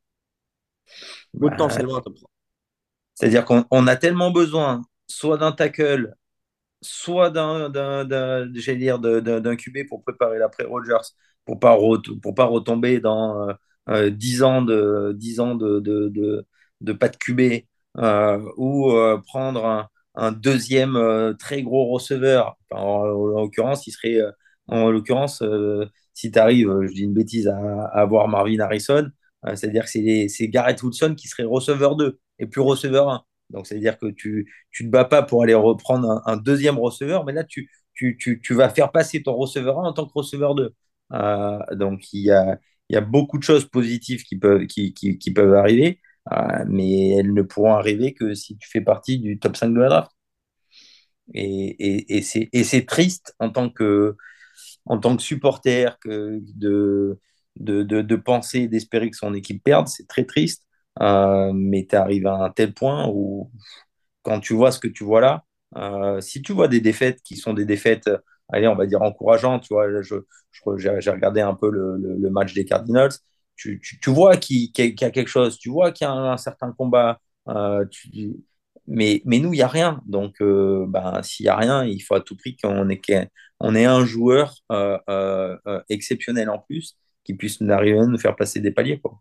Bah, Potentiellement un top trois. c'est-à-dire qu'on on a tellement besoin soit d'un tackle, soit d'un, d'un, d'un- j'allais dire, de- d'un d'un Q B pour préparer l'après-Rogers, pour pas re- pour pas retomber dans euh, euh, dix ans de dix ans de, de, de, de pas de Q B, euh, ou euh, prendre un, un deuxième euh, très gros receveur. Enfin, en, en l'occurrence, il serait euh, en l'occurrence euh, si tu arrives, je dis une bêtise, à, à avoir Marvin Harrison, euh, c'est-à-dire que c'est, c'est Garrett Woodson qui serait receveur deux et plus receveur un. Donc, c'est-à-dire que tu tu te bats pas pour aller reprendre un, un deuxième receveur, mais là, tu, tu, tu, tu vas faire passer ton receveur un en tant que receveur deux. Euh, donc, il y a, il y a beaucoup de choses positives qui peuvent, qui, qui, qui peuvent arriver, euh, mais elles ne pourront arriver que si tu fais partie du top cinq de la draft. Et, et, et c'est, et c'est triste en tant que, en tant que supporter que de, de, de, de penser et d'espérer que son équipe perde. C'est très triste, euh, mais tu arrives à un tel point où quand tu vois ce que tu vois là, euh, si tu vois des défaites qui sont des défaites, euh, allez, on va dire encourageantes, tu vois, je, je- j'ai j'ai regardé un peu le, le- le match des Cardinals, tu, tu- tu vois qu'il qu'il y a qu'il y a quelque chose, tu vois qu'il y a un, un certain combat, euh, tu- mais, mais nous, il n'y a rien. Donc, euh, ben, s'il n'y a rien, il faut à tout prix qu'on ait, qu'on ait un joueur euh, euh, euh, exceptionnel en plus qui puisse nous arriver à nous faire passer des paliers, quoi.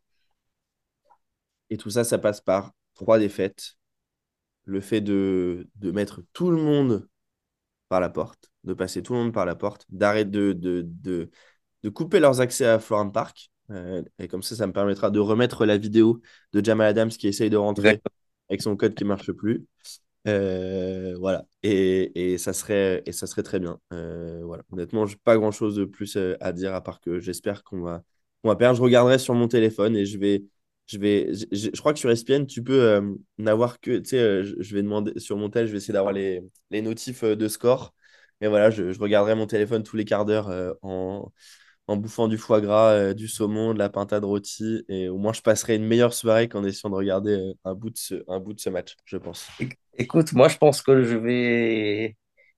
Et tout ça, ça passe par trois défaites. Le fait de, de mettre tout le monde par la porte, de passer tout le monde par la porte, d'arrêter de, de, de, de couper leurs accès à Florham Park. Euh, et comme ça, ça me permettra de remettre la vidéo de Jamal Adams qui essaye de rentrer Exactement. avec son code qui ne marche plus. Euh, voilà. Et, et, ça serait, et ça serait très bien. Euh, voilà. Honnêtement, j'ai pas grand-chose de plus euh, à dire à part que j'espère qu'on va, qu'on va perdre. Je regarderai sur mon téléphone et je vais. Je vais, je, je- je crois que sur E S P N, tu peux euh, n'avoir que, tu sais, euh, je, je vais demander sur mon tel, je vais essayer d'avoir les, les notifs euh, de score. Et voilà, je, je regarderai mon téléphone tous les quarts d'heure euh, en, en bouffant du foie gras, euh, du saumon, de la pintade rôtie. Et au moins, je passerai une meilleure soirée qu'en essayant de regarder euh, un bout de ce, un bout de ce match, je pense. Éc- Écoute, moi je pense que je vais,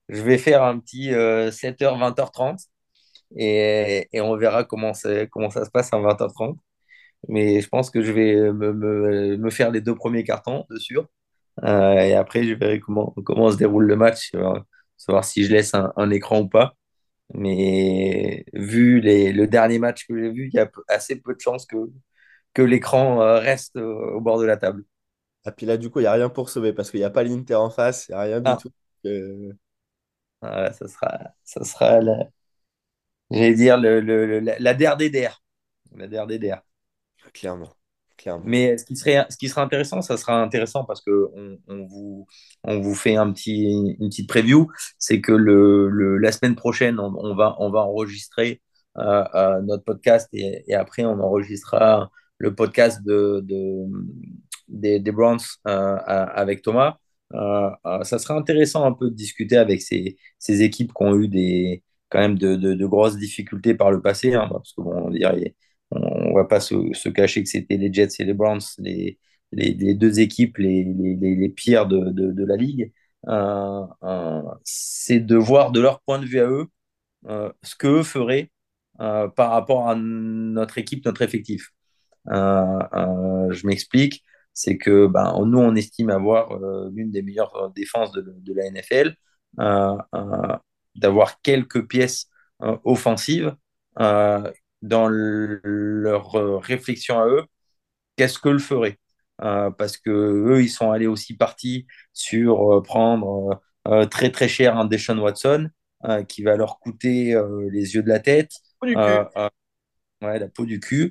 je vais faire un petit euh, sept heures, vingt heures trente et, et on verra comment, c'est- comment ça se passe à vingt heures trente. Mais je pense que je vais me, me- me faire les deux premiers cartons, de sûr. Euh, et après, je verrai comment, comment se déroule le match, euh, savoir si je laisse un, un écran ou pas. Mais vu les, le dernier match que j'ai vu, il y a peu- assez peu de chances que, que l'écran euh, reste euh, au bord de la table. Et puis là, du coup, il n'y a rien pour sauver parce qu'il n'y a pas l'Inter en face, il n'y a rien du Ah, tout. Euh, voilà, ça sera, ça sera la, j'allais dire le, le- le- la, la D R D D R. La D R D D R. clairement, clairement. Mais ce qui serait, ce qui serait intéressant, ça sera intéressant parce que on, on vous, on vous fait un petit, une petite preview. C'est que le, le- la semaine prochaine, on, on va, on va enregistrer euh, euh, notre podcast et, et après, on enregistrera le podcast de, de- des, des Browns euh, à- avec Thomas. Euh, euh, ça serait intéressant un peu de discuter avec ces, ces équipes qui ont eu des, quand même de, de- de grosses difficultés par le passé, hein, parce que bon, on dirait on ne va pas se, se cacher que c'était les Jets et les Browns, les, les, les deux équipes les, les, les, les pires de, de, de la ligue. Euh, euh, c'est de voir de leur point de vue à eux euh, ce qu'eux feraient euh, par rapport à notre équipe, notre effectif. Euh, euh, je m'explique, c'est que ben, nous, on estime avoir euh, l'une des meilleures défenses de, de la N F L, euh, euh, d'avoir quelques pièces euh, offensives euh, dans le- leur euh, réflexion à eux, qu'est-ce que le ferait? Euh, parce que eux, ils sont allés aussi partis sur euh, prendre euh, euh, très très cher un Deshaun Watson euh, qui va leur coûter euh, les yeux de la tête, Trou du euh, cul. euh, ouais, la peau du cul.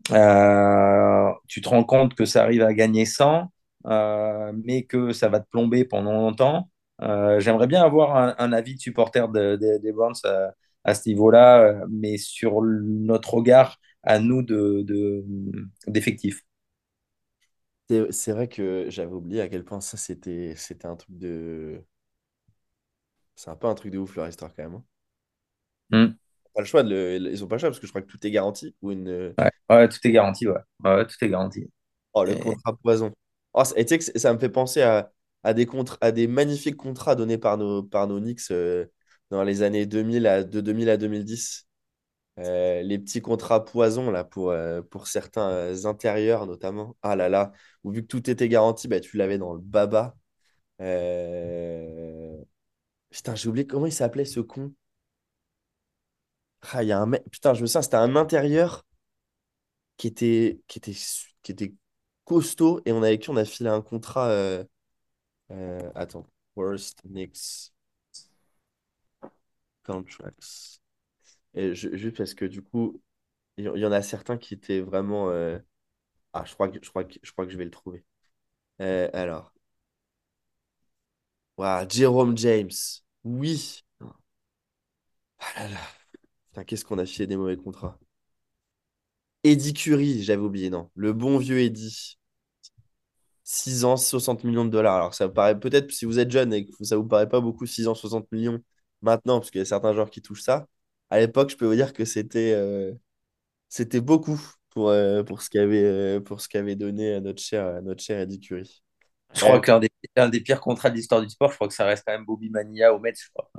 Euh, tu te rends compte que ça arrive à gagner cent, euh, mais que ça va te plomber pendant longtemps. Euh, j'aimerais bien avoir un, un avis de supporter de- de- des Browns à, à ce niveau-là, euh, mais sur notre regard à nous de, de- d'effectifs. C'est c'est vrai que j'avais oublié à quel point ça, c'était c'était un truc de. C'est un peu un truc de ouf, leur histoire, quand même, hein. Hmm. Pas le choix de le- Ils ont pas le choix parce que je crois que tout est garanti. Ou une. Ouais. Ouais, tout est garanti, ouais. Ouais, tout est garanti. Oh, le Et- contrat poison. Oh, ça- et tu sais que c'est- ça me fait penser à, à des contra- à des magnifiques contrats donnés par nos, par nos Knicks euh, dans les années deux mille à, de deux mille à deux mille dix. Euh, les petits contrats poison là, pour, euh, pour certains euh, intérieurs notamment. Ah là là, où vu que tout était garanti, bah, tu l'avais dans le baba. Euh, Putain, j'ai oublié comment il s'appelait ce con. Ah, il y a un mec. Putain, je me souviens, c'était un intérieur qui était, qui était, qui était costaud et on avec qui on a filé un contrat. euh, Euh, attends. Worst Knicks contracts. Et je- juste parce que du coup, il y, il y en a certains qui étaient vraiment. euh, Ah, je crois que, je crois que, je crois que je vais le trouver. Euh, alors. Waouh, Jerome James. Oui. Ah là là. Putain, qu'est-ce qu'on a filé des mauvais contrats. Eddie Curry, j'avais oublié, non. Le bon vieux Eddie. Six ans, soixante millions de dollars. Alors, ça vous paraît peut-être, si vous êtes jeune et que ça vous paraît pas beaucoup, six ans, soixante millions maintenant, parce qu'il y a certains joueurs qui touchent ça. À l'époque, je peux vous dire que c'était. euh, C'était beaucoup pour, euh, pour ce qu'avait euh, pour ce qu'avait donné à notre cher, à notre cher Eddie Curry. Je Euh, crois que l'un des, l'un des pires contrats de l'histoire du sport, je crois que ça reste quand même Bobby Mania au Mets, je crois.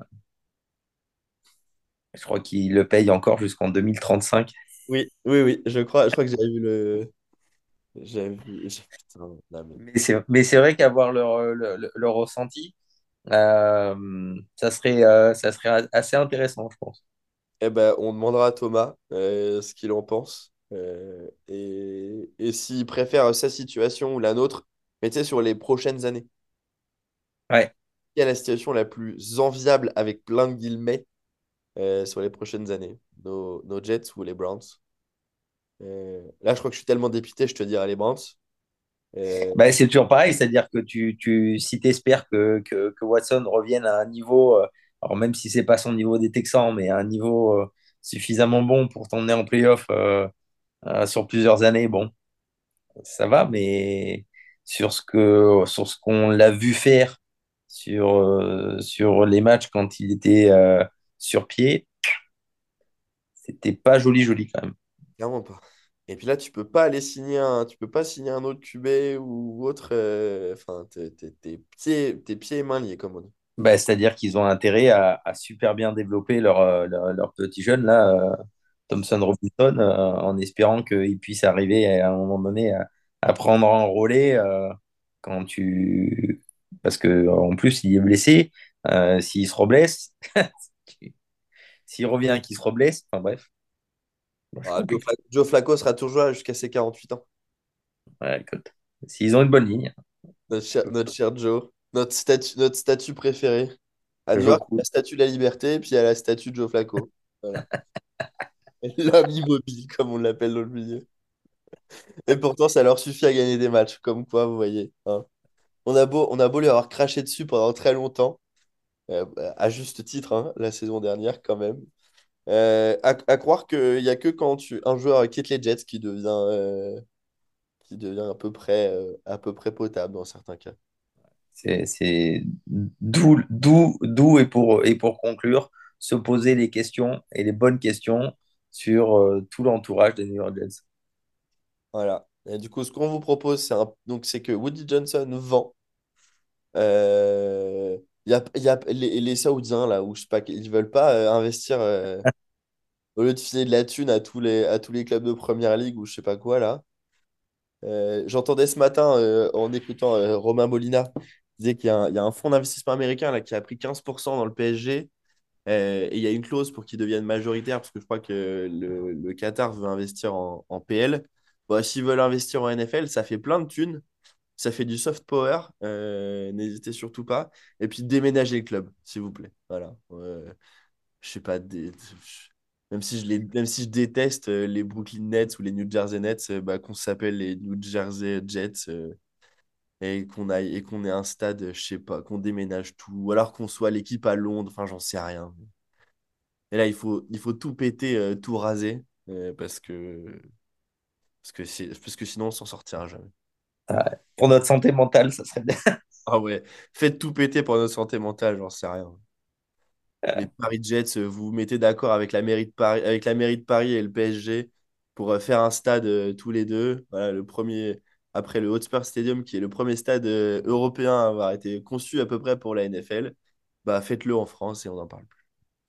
Je crois qu'il le paye encore jusqu'en deux mille trente-cinq. oui, oui, oui, je crois, je crois que j'avais vu le. J'avais vu. j'ai- Putain, non, mais... Mais c'est, mais c'est vrai qu'avoir leur, leur, leur ressenti, euh, ça serait, euh, ça serait assez intéressant, je pense. Eh ben, on demandera à Thomas euh, ce qu'il en pense. Euh, et et s'il préfère sa situation ou la nôtre, mais tu sais, sur les prochaines années. Ouais. Quelle est la situation la plus enviable avec plein de guillemets euh, sur les prochaines années? Nos, nos Jets ou les Browns? Euh, là, je crois que je suis tellement dépité, je te dirais les Browns. Euh, Bah, c'est toujours pareil, c'est-à-dire que tu, tu, si tu espères que, que, que Watson revienne à un niveau, euh, alors même si c'est pas son niveau des Texans, mais à un niveau euh, suffisamment bon pour t'emmener en playoff euh, euh, sur plusieurs années, bon, ça va, mais sur ce que, sur ce qu'on l'a vu faire sur, euh, sur les matchs quand il était euh, sur pied, c'était pas joli, joli quand même. Clairement pas. Et puis là, tu peux pas aller signer un, tu peux pas signer un autre Q B ou autre. euh, Enfin, t'es, t'es- t'es pieds, tes pieds et mains liés, comme on dit. Bah, c'est-à-dire qu'ils ont intérêt à, à super bien développer leur, euh, leur, leur petit jeune, là, euh, Thompson Robinson, euh, en espérant qu'il puisse arriver à un moment donné à, à prendre un relais euh, quand tu. Parce que en plus, il est blessé. Euh, s'il se reblesse, s'il revient qu'il se reblesse, enfin bref, bon, c'est Ah, Joe compliqué. Fla- Joe Flacco sera toujours là jusqu'à ses quarante-huit ans. Ouais, écoute. S'ils ont une bonne ligne, Notre cher, notre cher Joe. Notre statue, notre statue préférée. À New je York, crois. la statue de la liberté, et puis il y a la statue de Joe Flacco. Voilà. L'homme immobile, comme on l'appelle dans le milieu. Et pourtant, ça leur suffit à gagner des matchs. Comme quoi, vous voyez, hein. On a beau, on a beau lui avoir craché dessus pendant très longtemps, euh, à juste titre, hein, la saison dernière, quand même. Euh, à, à croire qu'il n'y a que quand tu, un joueur quitte les Jets qui devient, euh, qui devient à peu près, euh, à peu près potable dans certains cas. C'est c'est d'où, d'où, d'où et pour, et pour conclure, se poser les questions et les bonnes questions sur euh, tout l'entourage des New York Jets. Voilà. Et du coup, ce qu'on vous propose, c'est un- donc, c'est que Woody Johnson vend. Euh, Il y a, il y a les, les Saoudiens, là, où je sais pas, ils veulent pas euh, investir, euh, au lieu de filer de la thune à tous les, à tous les clubs de première ligue ou je sais pas quoi, là. Euh, j'entendais ce matin, euh, en écoutant euh, Romain Molina, il disait qu'il y a un, il y a un fonds d'investissement américain là, qui a pris quinze pour cent dans le P S G. Euh, et il y a une clause pour qu'ils deviennent majoritaires, parce que je crois que le, le Qatar veut investir en, en P L. Bon, s'ils veulent investir en N F L, ça fait plein de thunes, ça fait du soft power, euh, n'hésitez surtout pas. Et puis déménagez le club, s'il vous plaît. Voilà. Euh, je sais pas, des- même si je les, même si je déteste euh, les Brooklyn Nets ou les New Jersey Nets, euh, bah, qu'on s'appelle les New Jersey Jets, euh, et qu'on aille et qu'on ait un stade, euh, je sais pas, qu'on déménage tout, ou alors qu'on soit l'équipe à Londres, enfin j'en sais rien. Et là, il faut, il faut tout péter, euh, tout raser, euh, parce que, parce que, c'est- parce que sinon, on s'en sortira jamais. Ouais. Pour notre santé mentale, ça serait bien. Ah ouais, faites tout péter pour notre santé mentale, j'en sais rien. Les Paris Jets, euh, vous vous mettez d'accord avec la mairie de Paris, avec la mairie de Paris et le P S G pour euh, faire un stade, euh, tous les deux. Voilà, le premier, après le Hotspur Stadium, qui est le premier stade euh, européen à avoir été conçu à peu près pour la N F L. Bah, faites-le en France et on n'en parle plus.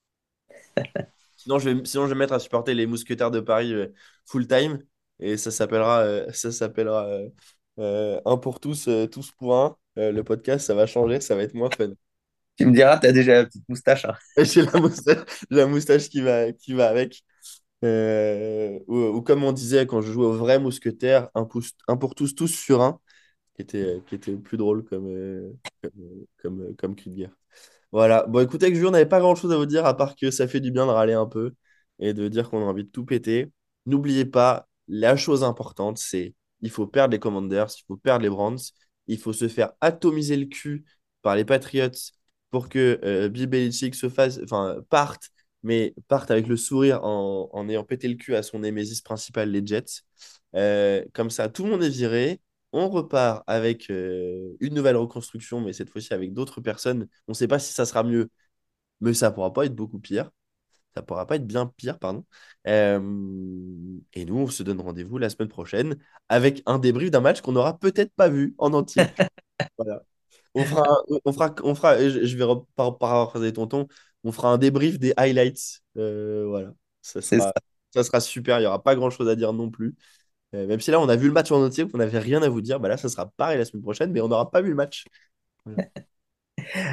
Sinon, je vais, sinon, je vais me mettre à supporter les Mousquetaires de Paris, euh, full time. Et ça s'appellera, euh, ça s'appellera euh, euh, un pour tous, euh, tous pour un. Euh, le podcast, ça va changer, ça va être moins fun. Tu me diras, tu as déjà la petite moustache, hein. J'ai la moustache, la moustache qui va, qui va avec. Euh, ou, ou comme on disait quand je jouais au vrai mousquetaire, un, pouce- un pour tous, tous sur un, qui était, qui était plus drôle comme, euh, comme, comme, comme cri de guerre. Voilà. Bon, écoutez, avec Julien, on n'avait pas grand-chose à vous dire, à part que ça fait du bien de râler un peu et de dire qu'on a envie de tout péter. N'oubliez pas, la chose importante, c'est il faut perdre les Commanders, il faut perdre les Browns, il faut se faire atomiser le cul par les Patriots pour que euh, Bill Belichick se fasse, enfin, parte, mais parte avec le sourire en, en ayant pété le cul à son némésis principal, les Jets. Euh, comme ça, tout le monde est viré. On repart avec euh, une nouvelle reconstruction, mais cette fois-ci avec d'autres personnes. On ne sait pas si ça sera mieux, mais ça ne pourra pas être beaucoup pire. Ça ne pourra pas être bien pire, pardon. Euh, et nous, on se donne rendez-vous la semaine prochaine avec un débrief d'un match qu'on n'aura peut-être pas vu en entier. Voilà. On fera, on on fera, on fera, je je vais rep- par- paraphraser tonton, on fera un débrief des highlights. Euh, voilà. Ça C'est sera, ça. ça sera super. Il n'y aura pas grand-chose à dire non plus. Euh, même si là, on a vu le match en entier, qu'on n'avait rien à vous dire, bah là, ça sera pareil la semaine prochaine, mais on n'aura pas vu le match. Voilà.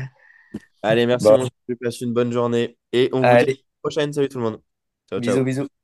Allez, merci Bon, mon cher, passe une bonne journée et on vous dit à la allez, prochaine. Salut tout le monde. Ciao, bisous, ciao. bisous.